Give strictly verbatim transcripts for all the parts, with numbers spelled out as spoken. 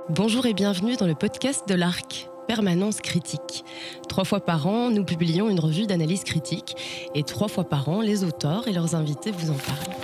Bonjour et bienvenue dans le podcast de l'A R C, Permanence Critique. Trois fois par an, nous publions une revue d'analyse critique et trois fois par an, les auteurs et leurs invités vous en parlent.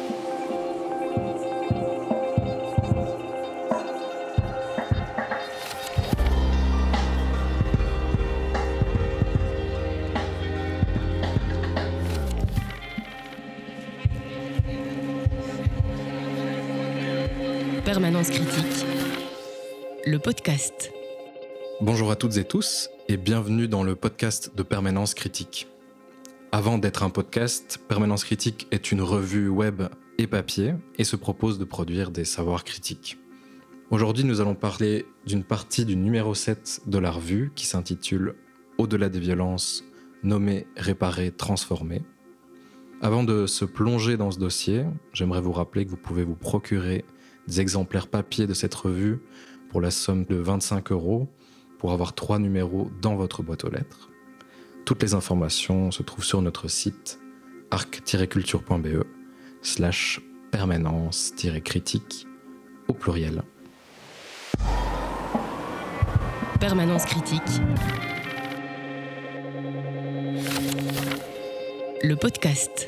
Permanence Critique, le podcast. Bonjour à toutes et tous et bienvenue dans le podcast de Permanence Critique. Avant d'être un podcast, Permanence Critique est une revue web et papier et se propose de produire des savoirs critiques. Aujourd'hui, nous allons parler d'une partie du numéro sept de la revue qui s'intitule « Au-delà des violences, nommer, réparer, transformer ». Avant de se plonger dans ce dossier, j'aimerais vous rappeler que vous pouvez vous procurer des exemplaires papier de cette revue pour la somme de vingt-cinq euros pour avoir trois numéros dans votre boîte aux lettres. Toutes les informations se trouvent sur notre site arc-culture.be slash permanence-critique au pluriel. Permanence Critique, le podcast.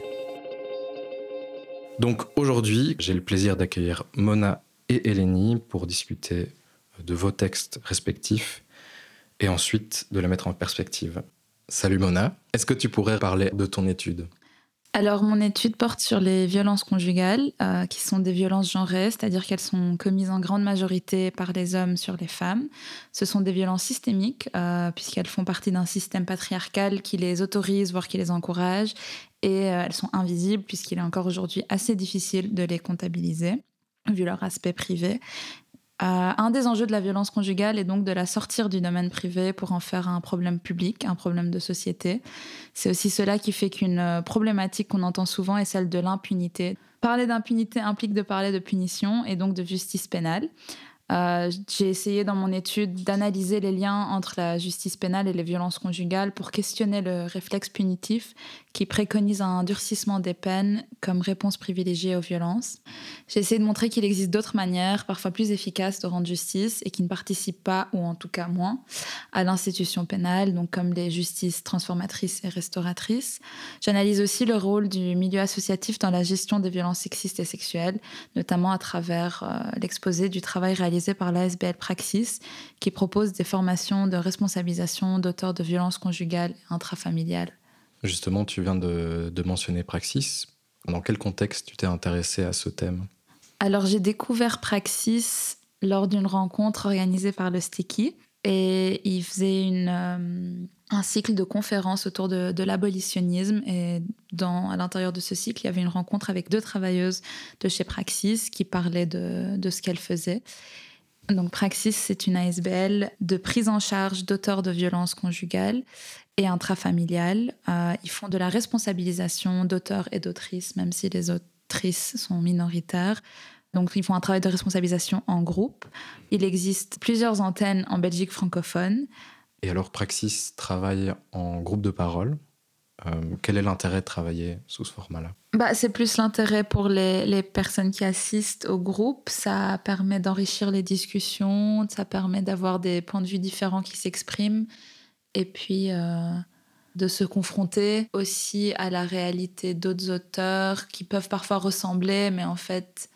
Donc aujourd'hui, j'ai le plaisir d'accueillir Mona et Eleni pour discuter de vos textes respectifs et ensuite de la mettre en perspective. Salut Mona, est-ce que tu pourrais parler de ton étude ? Alors mon étude porte sur les violences conjugales, euh, qui sont des violences genrées, c'est-à-dire qu'elles sont commises en grande majorité par les hommes sur les femmes. Ce sont des violences systémiques, euh, puisqu'elles font partie d'un système patriarcal qui les autorise, voire qui les encourage, et euh, elles sont invisibles puisqu'il est encore aujourd'hui assez difficile de les comptabiliser, vu leur aspect privé. Euh, un des enjeux de la violence conjugale est donc de la sortir du domaine privé pour en faire un problème public, un problème de société. C'est aussi cela qui fait qu'une problématique qu'on entend souvent est celle de l'impunité. Parler d'impunité implique de parler de punition et donc de justice pénale. Euh, j'ai essayé dans mon étude d'analyser les liens entre la justice pénale et les violences conjugales pour questionner le réflexe punitif qui préconise un durcissement des peines comme réponse privilégiée aux violences. J'ai essayé de montrer qu'il existe d'autres manières, parfois plus efficaces, de rendre justice et qui ne participent pas, ou en tout cas moins, à l'institution pénale, donc comme les justices transformatrices et restauratrices. J'analyse aussi le rôle du milieu associatif dans la gestion des violences sexistes et sexuelles, notamment à travers euh, l'exposé du travail réalisé par l'A S B L Praxis, qui propose des formations de responsabilisation d'auteurs de violences conjugales et intrafamiliales. Justement, tu viens de, de mentionner Praxis. Dans quel contexte tu t'es intéressée à ce thème ? Alors, j'ai découvert Praxis lors d'une rencontre organisée par le Sticky. Et il faisait une, euh, un cycle de conférences autour de, de l'abolitionnisme. Et dans, à l'intérieur de ce cycle, il y avait une rencontre avec deux travailleuses de chez Praxis qui parlaient de, de ce qu'elles faisaient. Donc, Praxis, c'est une A S B L de prise en charge d'auteurs de violences conjugales et intrafamiliales. Euh, ils font de la responsabilisation d'auteurs et d'autrices, même si les autrices sont minoritaires. Donc, ils font un travail de responsabilisation en groupe. Il existe plusieurs antennes en Belgique francophone. Et alors, Praxis travaille en groupe de parole. Euh, quel est l'intérêt de travailler sous ce format-là ? Bah, c'est plus l'intérêt pour les, les personnes qui assistent au groupe. Ça permet d'enrichir les discussions, ça permet d'avoir des points de vue différents qui s'expriment. Et puis... Euh de se confronter aussi à la réalité d'autres auteurs qui peuvent parfois ressembler, mais en fait,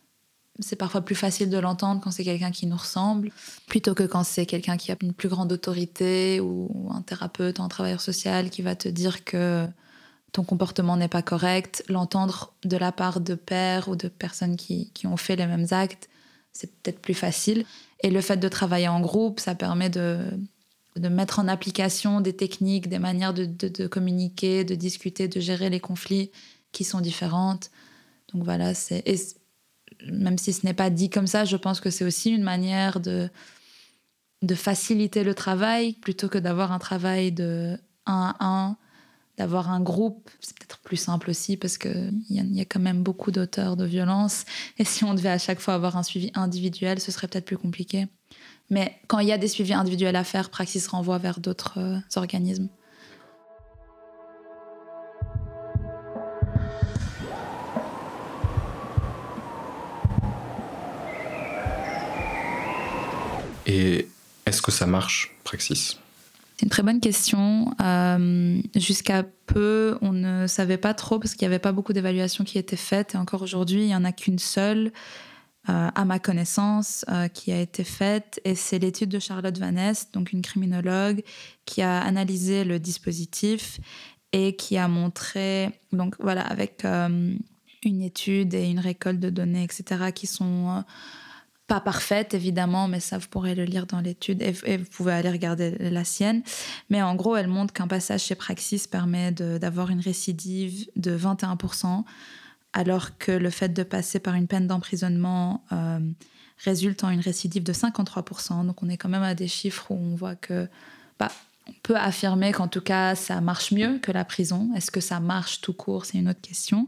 c'est parfois plus facile de l'entendre quand c'est quelqu'un qui nous ressemble, plutôt que quand c'est quelqu'un qui a une plus grande autorité ou un thérapeute ou un travailleur social qui va te dire que ton comportement n'est pas correct. L'entendre de la part de pairs ou de personnes qui, qui ont fait les mêmes actes, c'est peut-être plus facile. Et le fait de travailler en groupe, ça permet de... de mettre en application des techniques, des manières de, de, de communiquer, de discuter, de gérer les conflits qui sont différentes. Donc voilà, c'est, et même si ce n'est pas dit comme ça, je pense que c'est aussi une manière de, de faciliter le travail, plutôt que d'avoir un travail de un à un, d'avoir un groupe. C'est peut-être plus simple aussi, parce qu'il y, y a quand même beaucoup d'auteurs de violences, et si on devait à chaque fois avoir un suivi individuel, ce serait peut-être plus compliqué. Mais quand il y a des suivis individuels à faire, Praxis renvoie vers d'autres euh, organismes. Et est-ce que ça marche, Praxis ? C'est une très bonne question. Euh, jusqu'à peu, on ne savait pas trop parce qu'il n'y avait pas beaucoup d'évaluations qui étaient faites. Et encore aujourd'hui, il n'y en a qu'une seule, euh, à ma connaissance, euh, qui a été faite. Et c'est l'étude de Charlotte Van Est, donc une criminologue, qui a analysé le dispositif et qui a montré, donc voilà, avec euh, une étude et une récolte de données, et cetera, qui sont... Euh, pas parfaite, évidemment, mais ça, vous pourrez le lire dans l'étude et, et vous pouvez aller regarder la sienne. Mais en gros, elle montre qu'un passage chez Praxis permet de, d'avoir une récidive de vingt et un pour cent, alors que le fait de passer par une peine d'emprisonnement euh, résulte en une récidive de cinquante-trois pour cent. Donc, on est quand même à des chiffres où on voit que... Bah, on peut affirmer qu'en tout cas, ça marche mieux que la prison. Est-ce que ça marche tout court ? C'est une autre question.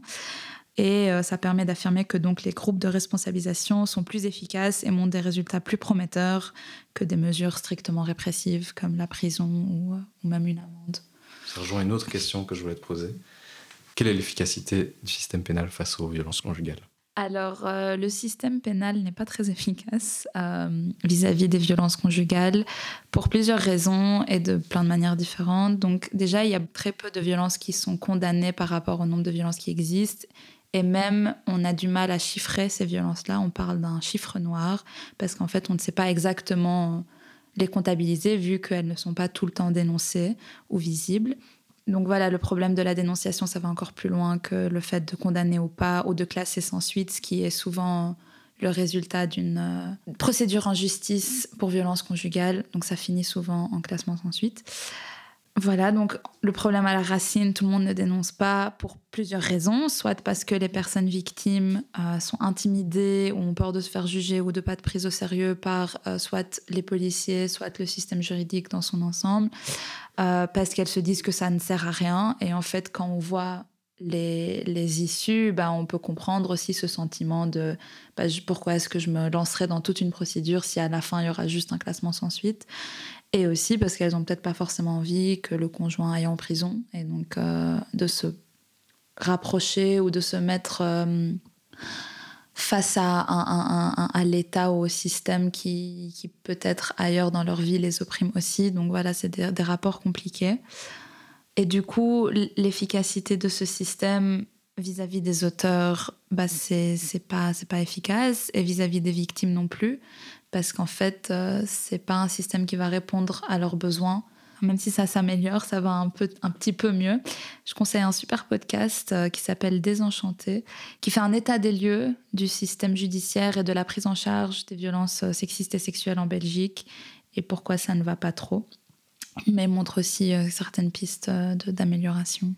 Et euh, ça permet d'affirmer que donc, les groupes de responsabilisation sont plus efficaces et montrent des résultats plus prometteurs que des mesures strictement répressives comme la prison ou, euh, ou même une amende. Ça rejoint une autre question que je voulais te poser. Quelle est l'efficacité du système pénal face aux violences conjugales ? Alors, euh, le système pénal n'est pas très efficace euh, vis-à-vis des violences conjugales pour plusieurs raisons et de plein de manières différentes. Donc déjà, il y a très peu de violences qui sont condamnées par rapport au nombre de violences qui existent. Et même, on a du mal à chiffrer ces violences-là. On parle d'un chiffre noir parce qu'en fait, on ne sait pas exactement les comptabiliser vu qu'elles ne sont pas tout le temps dénoncées ou visibles. Donc voilà, le problème de la dénonciation, ça va encore plus loin que le fait de condamner ou pas ou de classer sans suite, ce qui est souvent le résultat d'une euh, procédure en justice pour violence conjugale. Donc ça finit souvent en classement sans suite. Voilà, donc le problème à la racine, tout le monde ne dénonce pas pour plusieurs raisons, soit parce que les personnes victimes euh, sont intimidées ou ont peur de se faire juger ou de pas être prises au sérieux par euh, soit les policiers, soit le système juridique dans son ensemble, euh, parce qu'elles se disent que ça ne sert à rien. Et en fait, quand on voit les, les issues, bah, on peut comprendre aussi ce sentiment de bah, je, pourquoi est-ce que je me lancerais dans toute une procédure si à la fin, il y aura juste un classement sans suite. Et aussi parce qu'elles n'ont peut-être pas forcément envie que le conjoint aille en prison. Et donc, euh, de se rapprocher ou de se mettre euh, face à, un, un, un, à l'État ou au système qui, qui peut-être ailleurs dans leur vie les opprime aussi. Donc voilà, c'est des, des rapports compliqués. Et du coup, l'efficacité de ce système vis-à-vis des auteurs, bah, c'est, c'est pas, c'est pas efficace. Et vis-à-vis des victimes non plus. Parce qu'en fait, euh, c'est pas un système qui va répondre à leurs besoins. Même si ça s'améliore, ça va un, peu, un petit peu mieux. Je conseille un super podcast euh, qui s'appelle Désenchanté, qui fait un état des lieux du système judiciaire et de la prise en charge des violences sexistes et sexuelles en Belgique et pourquoi ça ne va pas trop. Mais montre aussi euh, certaines pistes euh, de, d'amélioration.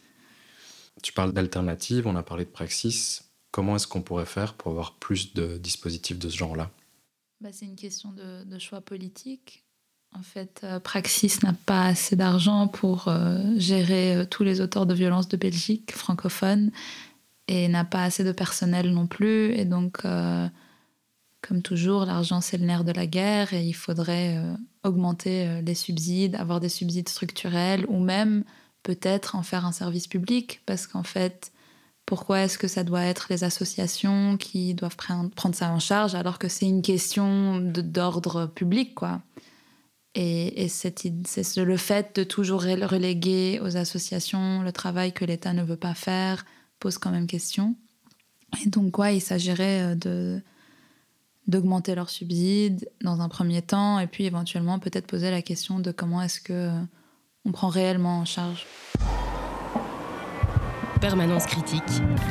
Tu parles d'alternatives, on a parlé de Praxis. Comment est-ce qu'on pourrait faire pour avoir plus de dispositifs de ce genre-là ? Bah, c'est une question de, de choix politique. En fait, euh, Praxis n'a pas assez d'argent pour euh, gérer euh, tous les auteurs de violences de Belgique francophones et n'a pas assez de personnel non plus. Et donc, euh, comme toujours, l'argent, c'est le nerf de la guerre et il faudrait euh, augmenter euh, les subsides, avoir des subsides structurels ou même peut-être en faire un service public parce qu'en fait... Pourquoi est-ce que ça doit être les associations qui doivent prendre ça en charge alors que c'est une question de, d'ordre public, quoi. Et, et c'est, c'est le fait de toujours reléguer aux associations le travail que l'État ne veut pas faire pose quand même question. Et donc, ouais, il s'agirait de, d'augmenter leurs subsides dans un premier temps et puis éventuellement peut-être poser la question de comment est-ce qu'on prend réellement en charge. Permanence critique.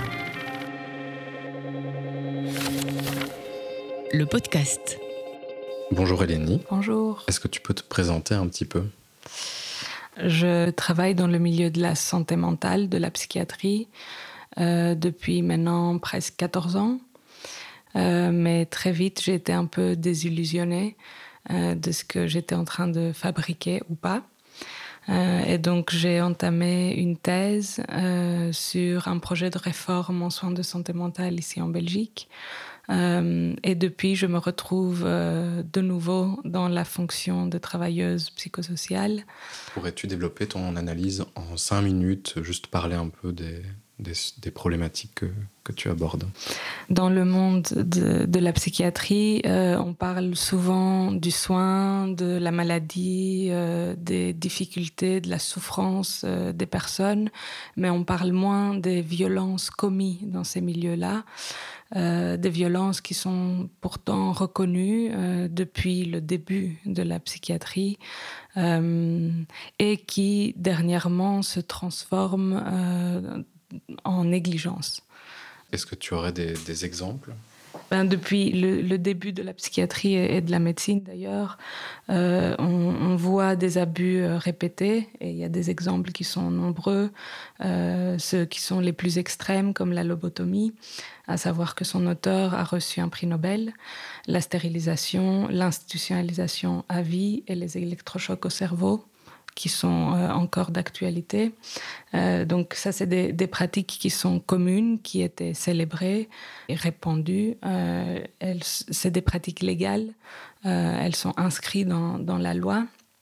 Le podcast. Bonjour Eleni. Bonjour. Est-ce que tu peux te présenter un petit peu ? Je travaille dans le milieu de la santé mentale, de la psychiatrie, euh, depuis maintenant presque quatorze ans. Euh, mais très vite, j'ai été un peu désillusionnée euh, de ce que j'étais en train de fabriquer ou pas. Euh, et donc, j'ai entamé une thèse euh, sur un projet de réforme en soins de santé mentale ici en Belgique. Euh, et depuis, je me retrouve euh, de nouveau dans la fonction de travailleuse psychosociale. Pourrais-tu développer ton analyse en cinq minutes, juste parler un peu des, des, des problématiques que, que tu abordes? Dans le monde de, de la psychiatrie, euh, on parle souvent du soin, de la maladie, euh, des difficultés, de la souffrance euh, des personnes, mais on parle moins des violences commises dans ces milieux-là, euh, des violences qui sont pourtant reconnues euh, depuis le début de la psychiatrie euh, et qui dernièrement se transforment euh, en négligence. Est-ce que tu aurais des, des exemples? Ben, depuis le, le début de la psychiatrie et de la médecine d'ailleurs, euh, on, on voit des abus euh, répétés et il y a des exemples qui sont nombreux, euh, ceux qui sont les plus extrêmes comme la lobotomie, à savoir que son auteur a reçu un prix Nobel, la stérilisation, l'institutionnalisation à vie et les électrochocs au cerveau, qui sont euh, encore d'actualité. Euh, donc ça, c'est des, des pratiques qui sont communes, qui étaient célébrées et répandues. Euh, elles, c'est des pratiques légales. Euh, elles sont inscrites dans, dans la loi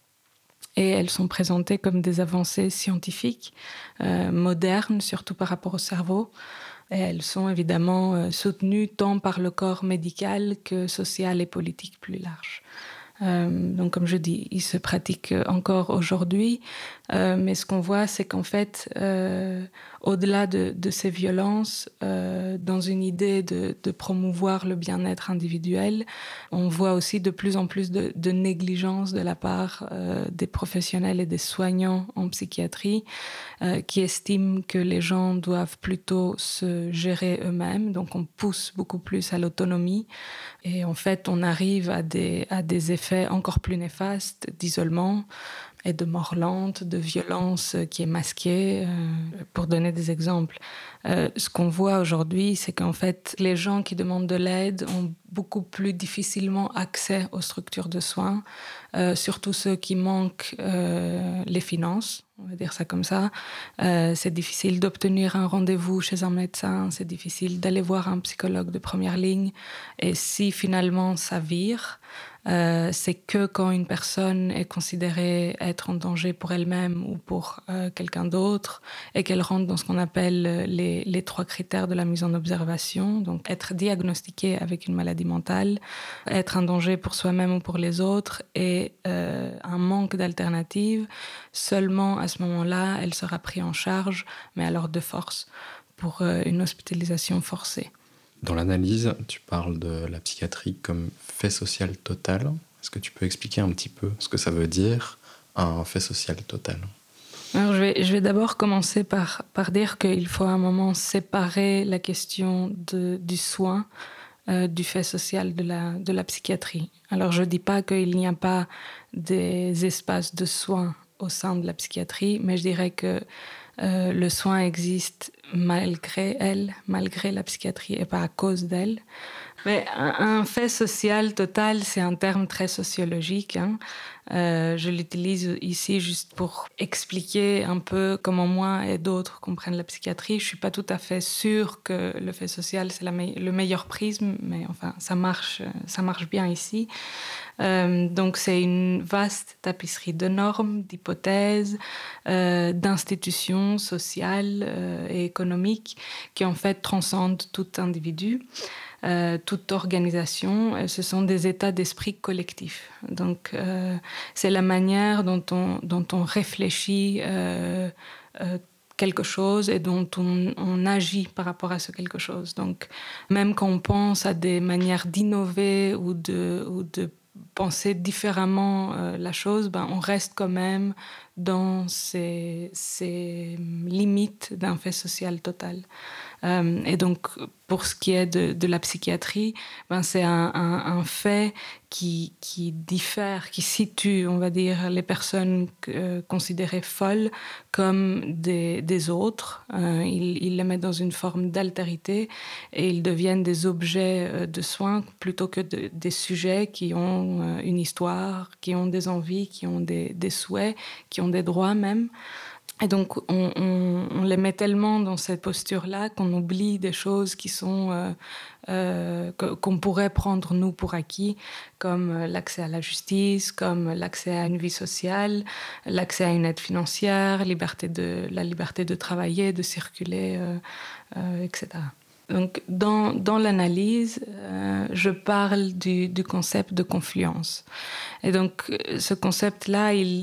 et elles sont présentées comme des avancées scientifiques, euh, modernes, surtout par rapport au cerveau. Et elles sont évidemment euh, soutenues tant par le corps médical que social et politique plus large. Euh, donc, comme je dis, il se pratique encore aujourd'hui, euh, mais ce qu'on voit, c'est qu'en fait, euh, au-delà de, de ces violences, euh, dans une idée de, de promouvoir le bien-être individuel, on voit aussi de plus en plus de, de négligence de la part euh, des professionnels et des soignants en psychiatrie euh, qui estiment que les gens doivent plutôt se gérer eux-mêmes. Donc, on pousse beaucoup plus à l'autonomie et en fait, on arrive à des, à des effets encore plus néfastes d'isolement et de mort lente, de violence qui est masquée. Euh, pour donner des exemples, euh, ce qu'on voit aujourd'hui, c'est qu'en fait, les gens qui demandent de l'aide ont beaucoup plus difficilement accès aux structures de soins, euh, surtout ceux qui manquent euh, les finances, on va dire ça comme ça. Euh, c'est difficile d'obtenir un rendez-vous chez un médecin, c'est difficile d'aller voir un psychologue de première ligne. Et si finalement ça vire, Euh, c'est que quand une personne est considérée être en danger pour elle-même ou pour euh, quelqu'un d'autre et qu'elle rentre dans ce qu'on appelle les, les trois critères de la mise en observation, donc être diagnostiquée avec une maladie mentale, être un danger pour soi-même ou pour les autres et euh, un manque d'alternative, seulement à ce moment-là, elle sera prise en charge, mais alors de force, pour euh, une hospitalisation forcée. Dans l'analyse, tu parles de la psychiatrie comme fait social total. Est-ce que tu peux expliquer un petit peu ce que ça veut dire, un fait social total? Alors, je vais, je vais d'abord commencer par, par dire qu'il faut à un moment séparer la question de, du soin euh, du fait social de la, de la psychiatrie. Alors, je ne dis pas qu'il n'y a pas des espaces de soins au sein de la psychiatrie, mais je dirais que euh, le soin existe malgré elle, malgré la psychiatrie et pas à cause d'elle. Mais un, un fait social total, c'est un terme très sociologique, hein. Euh, je l'utilise ici juste pour expliquer un peu comment moi et d'autres comprennent la psychiatrie. Je ne suis pas tout à fait sûre que le fait social, c'est la me- le meilleur prisme, mais enfin, ça marche, ça marche bien ici. Euh, donc, c'est une vaste tapisserie de normes, d'hypothèses, euh, d'institutions sociales euh, et économiques qui, en fait, transcendent tout individu. Euh, toute organisation, ce sont des états d'esprit collectifs. Donc, euh, c'est la manière dont on, dont on réfléchit euh, euh, quelque chose et dont on, on agit par rapport à ce quelque chose. Donc, même quand on pense à des manières d'innover ou de, ou de penser différemment euh, la chose, ben, on reste quand même dans ces, ces limites d'un fait social total. Euh, et donc, pour ce qui est de, de la psychiatrie, ben c'est un, un, un fait qui, qui diffère, qui situe, on va dire, les personnes euh, considérées folles comme des, des autres. Euh, il, il les met dans une forme d'altérité et ils deviennent des objets euh, de soins plutôt que de, des sujets qui ont euh, une histoire, qui ont des envies, qui ont des, des souhaits, qui ont des droits même. Et donc, on, on, on les met tellement dans cette posture-là qu'on oublie des choses qui sont, euh, euh, que, qu'on pourrait prendre, nous, pour acquis, comme l'accès à la justice, comme l'accès à une vie sociale, l'accès à une aide financière, liberté de, la liberté de travailler, de circuler, euh, euh, et cetera. Donc, dans, dans l'analyse, euh, je parle du, du concept de confluence. Et donc, ce concept-là, il...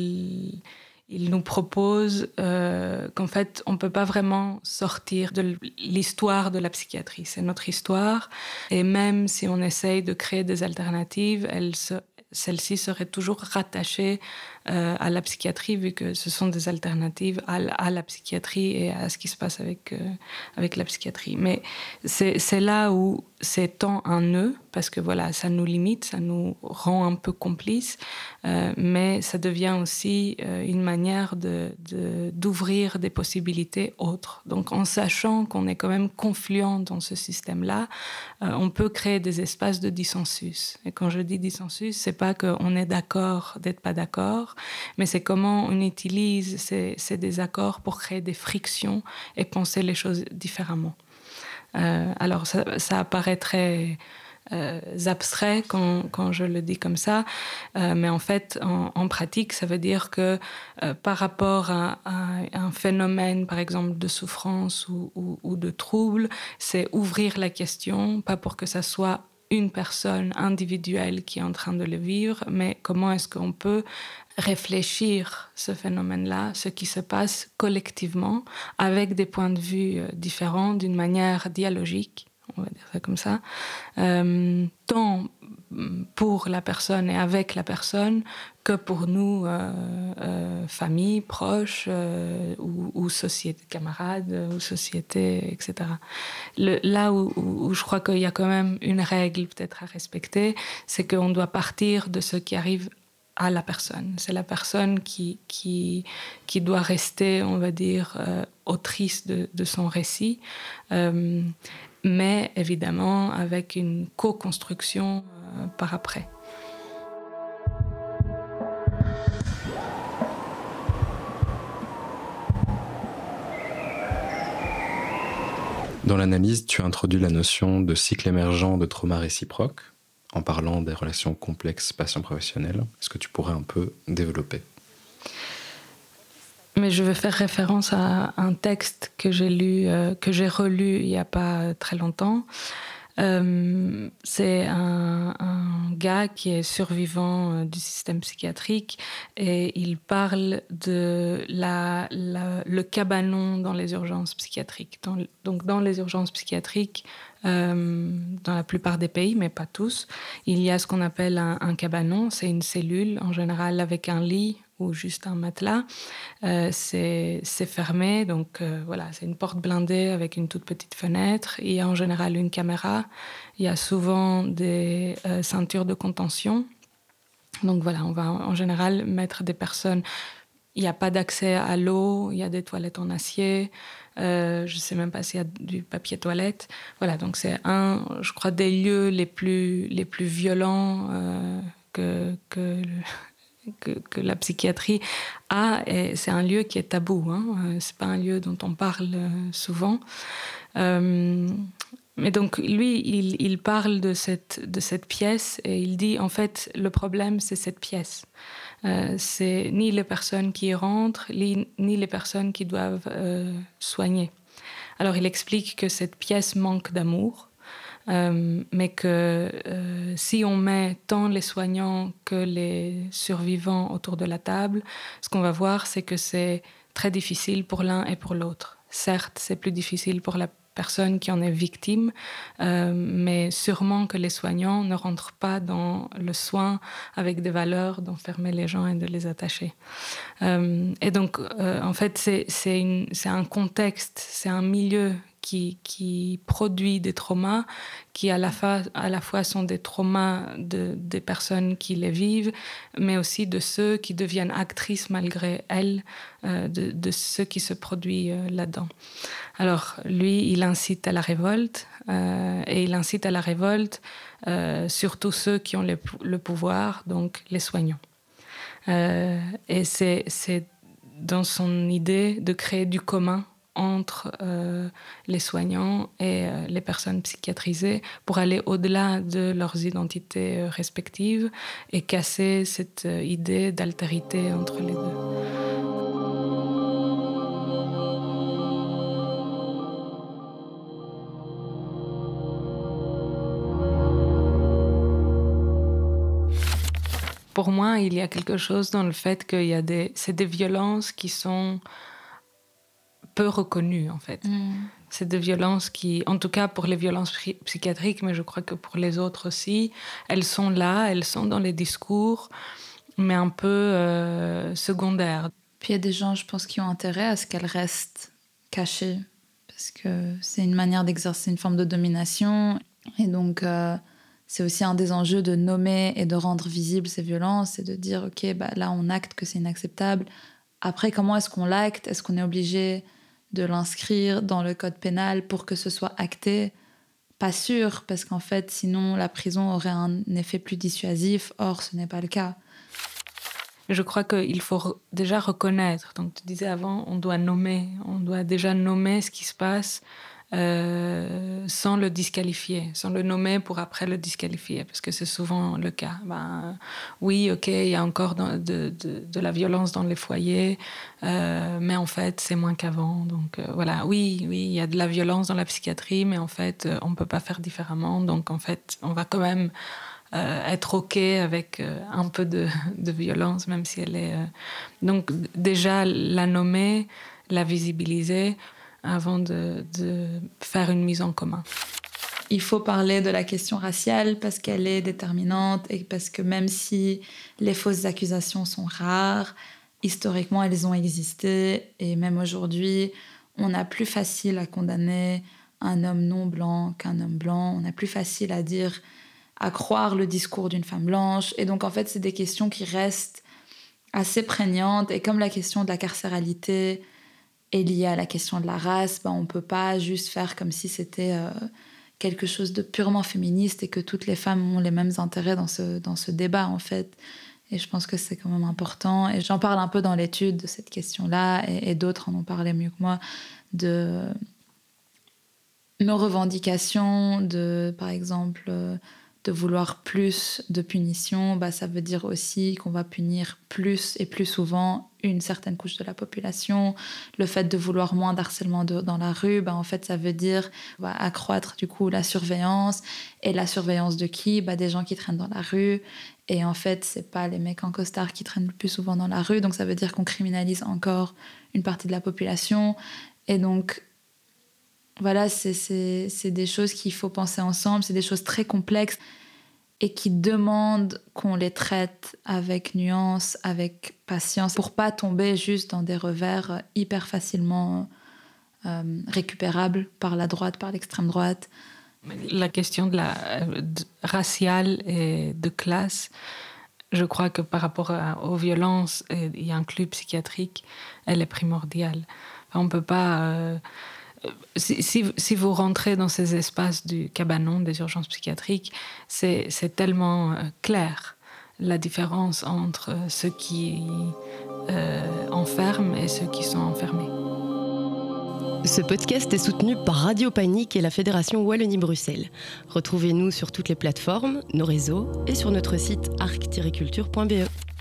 il Il nous propose euh, qu'en fait, on ne peut pas vraiment sortir de l'histoire de la psychiatrie. C'est notre histoire. Et même si on essaye de créer des alternatives, elles se, celles-ci seraient toujours rattachées euh, à la psychiatrie, vu que ce sont des alternatives à, à la psychiatrie et à ce qui se passe avec, euh, avec la psychiatrie. Mais c'est, c'est là où c'est tant un nœud, parce que voilà, ça nous limite, ça nous rend un peu complices, euh, mais ça devient aussi euh, une manière de, de, d'ouvrir des possibilités autres. Donc en sachant qu'on est quand même confluent dans ce système-là, euh, on peut créer des espaces de dissensus. Et quand je dis dissensus, c'est pas qu'on est d'accord d'être pas d'accord, mais c'est comment on utilise ces, ces désaccords pour créer des frictions et penser les choses différemment. Euh, alors ça, ça apparaît très euh, abstrait quand, quand je le dis comme ça, euh, mais en fait en, en pratique ça veut dire que euh, par rapport à, à un phénomène par exemple de souffrance ou, ou, ou de trouble, c'est ouvrir la question, pas pour que ça soit une personne individuelle qui est en train de le vivre, mais comment est-ce qu'on peut réfléchir ce phénomène-là, ce qui se passe collectivement, avec des points de vue différents, d'une manière dialogique, on va dire ça comme ça, euh, tant pour la personne et avec la personne que pour nous, euh, euh, famille, proches, euh, ou, ou société, camarades, ou société, et cetera. Le, là où, où, où je crois qu'il y a quand même une règle peut-être à respecter, c'est qu'on doit partir de ce qui arrive à la personne. C'est la personne qui, qui, qui doit rester, on va dire, euh, autrice de, de son récit, euh, mais évidemment avec une co-construction euh, par après. Dans l'analyse, tu as introduit la notion de cycle émergent de trauma réciproque, en parlant des relations complexes patient-professionnel. Est-ce que tu pourrais un peu développer ? Mais je vais faire référence à un texte que j'ai lu, euh, que j'ai relu il n'y a pas très longtemps. Euh, c'est un, un gars qui est survivant euh, du système psychiatrique et il parle de la, la, le cabanon dans les urgences psychiatriques. Dans, donc dans les urgences psychiatriques, euh, dans la plupart des pays, mais pas tous, il y a ce qu'on appelle un, un cabanon. C'est une cellule, en général avec un lit ou juste un matelas. Euh, c'est, c'est fermé, donc euh, voilà, c'est une porte blindée avec une toute petite fenêtre. Il y a en général une caméra. Il y a souvent des euh, ceintures de contention. Donc voilà, on va en général mettre des personnes... Il n'y a pas d'accès à l'eau, il y a des toilettes en acier. Euh, je ne sais même pas s'il y a du papier toilette. Voilà, donc c'est un, je crois, des lieux les plus, les plus violents euh, que... que Que, que la psychiatrie a, et c'est un lieu qui est tabou, hein. C'est pas un lieu dont on parle souvent. Euh, mais donc lui, il, il parle de cette, de cette pièce et il dit en fait le problème c'est cette pièce. Euh, c'est ni les personnes qui y rentrent, ni, ni les personnes qui doivent euh, soigner. Alors il explique que cette pièce manque d'amour. Euh, mais que euh, si on met tant les soignants que les survivants autour de la table, ce qu'on va voir, c'est que c'est très difficile pour l'un et pour l'autre. Certes, c'est plus difficile pour la personne qui en est victime, euh, mais sûrement que les soignants ne rentrent pas dans le soin avec des valeurs d'enfermer les gens et de les attacher. Euh, et donc, euh, en fait, c'est, c'est, une, c'est un contexte, c'est un milieu Qui, qui produit des traumas, qui à la, fois, à la fois sont des traumas de, des personnes qui les vivent, mais aussi de ceux qui deviennent actrices malgré elles, euh, de, de ce qui se produit euh, là-dedans. Alors, lui, il incite à la révolte, euh, et il incite à la révolte euh, surtout ceux qui ont le, le pouvoir, donc les soignants. Euh, et c'est... c'est dans son idée de créer du commun entre euh, les soignants et euh, les personnes psychiatrisées pour aller au-delà de leurs identités euh, respectives et casser cette euh, idée d'altérité entre les deux. Pour moi, il y a quelque chose dans le fait qu'il y a des, c'est des violences qui sont peu reconnues, en fait. Mm. C'est des violences qui, en tout cas pour les violences psychiatriques, mais je crois que pour les autres aussi, elles sont là, elles sont dans les discours, mais un peu euh, secondaires. Puis il y a des gens, je pense, qui ont intérêt à ce qu'elles restent cachées, parce que c'est une manière d'exercer une forme de domination, et donc... Euh, c'est aussi un des enjeux de nommer et de rendre visibles ces violences et de dire, OK, bah là, on acte que c'est inacceptable. Après, comment est-ce qu'on l'acte ? Est-ce qu'on est obligé de l'inscrire dans le code pénal pour que ce soit acté ? Pas sûr, parce qu'en fait, sinon, la prison aurait un effet plus dissuasif. Or, ce n'est pas le cas. Je crois qu'il faut re- déjà reconnaître. Donc, tu disais avant, on doit nommer. On doit déjà nommer ce qui se passe. Euh, sans le disqualifier, sans le nommer pour après le disqualifier, parce que c'est souvent le cas. Ben, oui, ok, il y a encore de, de, de la violence dans les foyers, euh, mais en fait, c'est moins qu'avant. Donc euh, voilà, oui, oui, il y a de la violence dans la psychiatrie, mais en fait, on ne peut pas faire différemment. Donc en fait, on va quand même euh, être ok avec euh, un peu de, de violence, même si elle est... Euh... Donc déjà, la nommer, la visibiliser, avant de, de faire une mise en commun. Il faut parler de la question raciale parce qu'elle est déterminante et parce que même si les fausses accusations sont rares, historiquement, elles ont existé. Et même aujourd'hui, on a plus facile à condamner un homme non blanc qu'un homme blanc. On a plus facile à dire, à croire le discours d'une femme blanche. Et donc, en fait, c'est des questions qui restent assez prégnantes. Et comme la question de la carcéralité est liée à la question de la race, ben on ne peut pas juste faire comme si c'était euh, quelque chose de purement féministe et que toutes les femmes ont les mêmes intérêts dans ce, dans ce débat, en fait. Et je pense que c'est quand même important. Et j'en parle un peu dans l'étude de cette question-là, et, et d'autres en ont parlé mieux que moi, de nos revendications, de, par exemple, de vouloir plus de punition. Bah, ça veut dire aussi qu'on va punir plus et plus souvent une certaine couche de la population. Le fait de vouloir moins d'harcèlement de, dans la rue, bah, en fait, ça veut dire bah, accroître du coup la surveillance. Et la surveillance de qui ? Bah, des gens qui traînent dans la rue. Et en fait, c'est pas les mecs en costard qui traînent le plus souvent dans la rue. Donc ça veut dire qu'on criminalise encore une partie de la population. Et donc, voilà, c'est, c'est, c'est des choses qu'il faut penser ensemble. C'est des choses très complexes et qui demandent qu'on les traite avec nuance, avec patience, pour pas tomber juste dans des revers hyper facilement euh, récupérables par la droite, par l'extrême droite. La question de la de, raciale et de classe, je crois que par rapport à, aux violences, et inclus psychiatriques, elle est primordiale. Enfin, on peut pas... Euh, Si, si, si vous rentrez dans ces espaces du cabanon des urgences psychiatriques, c'est, c'est tellement euh, clair la différence entre ceux qui euh, enferment et ceux qui sont enfermés. Ce podcast est soutenu par Radio Panique et la Fédération Wallonie-Bruxelles. Retrouvez-nous sur toutes les plateformes, nos réseaux et sur notre site arc tiret culture point b e.